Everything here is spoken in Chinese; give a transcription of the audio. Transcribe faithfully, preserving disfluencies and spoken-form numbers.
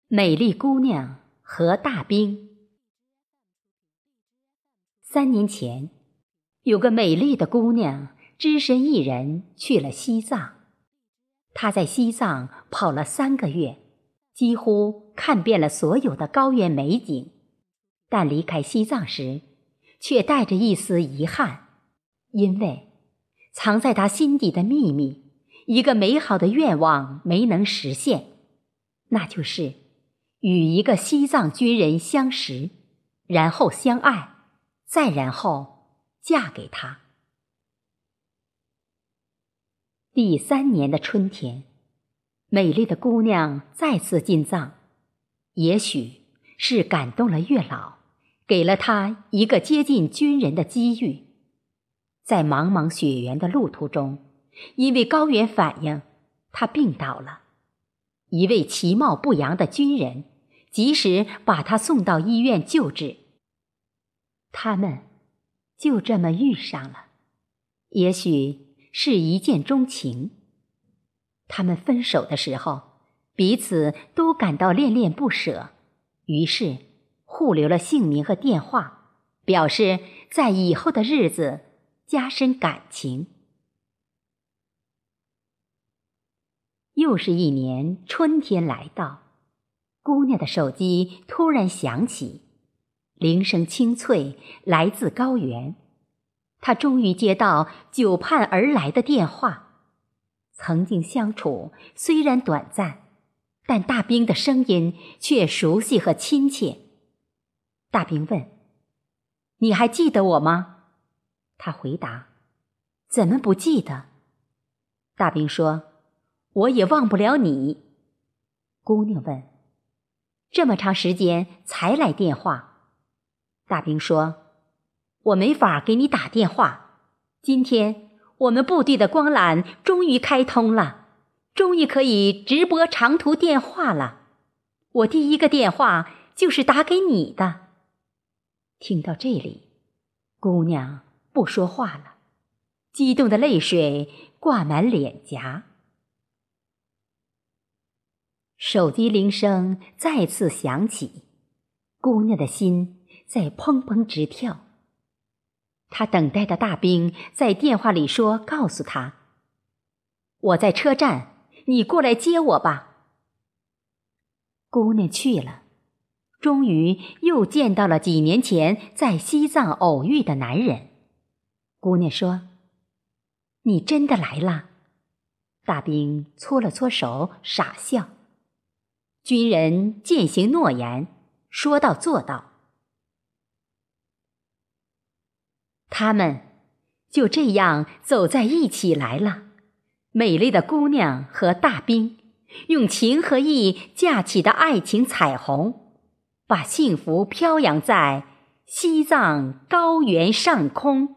美丽姑娘和大兵。三年前，有个美丽的姑娘只身一人去了西藏。她在西藏跑了三个月，几乎看遍了所有的高原美景，但离开西藏时，却带着一丝遗憾，因为藏在她心底的秘密，一个美好的愿望没能实现，那就是与一个西藏军人相识，然后相爱，再然后嫁给他。第三年的春天，美丽的姑娘再次进藏，也许是感动了月老，给了她一个接近军人的机遇。在茫茫雪原的路途中，因为高原反应，她病倒了。一位其貌不扬的军人及时把她送到医院救治。他们就这么遇上了，也许是一见钟情。他们分手的时候，彼此都感到恋恋不舍，于是互留了姓名和电话，表示在以后的日子加深感情。又是一年春天来到，姑娘的手机突然响起，铃声清脆，来自高原。她终于接到久盼而来的电话。曾经相处虽然短暂，但大兵的声音却熟悉和亲切。大兵问：“你还记得我吗？”他回答：“怎么不记得？”大兵说：“我也忘不了你。”姑娘问：“这么长时间才来电话？”大兵说：“我没法给你打电话。今天我们部队的光缆终于开通了，终于可以直拨长途电话了。我第一个电话就是打给你的。”听到这里，姑娘不说话了，激动的泪水挂满脸颊。手机铃声再次响起，姑娘的心在砰砰直跳。她等待的大兵在电话里说：“告诉她，我在车站，你过来接我吧。”姑娘去了，终于又见到了几年前在西藏偶遇的男人。姑娘说：“你真的来了？”大兵搓了搓手，傻笑。军人践行诺言，说到做到。他们就这样走在一起来了。美丽的姑娘和大兵用情和义架起的爱情彩虹，把幸福飘扬在西藏高原上空。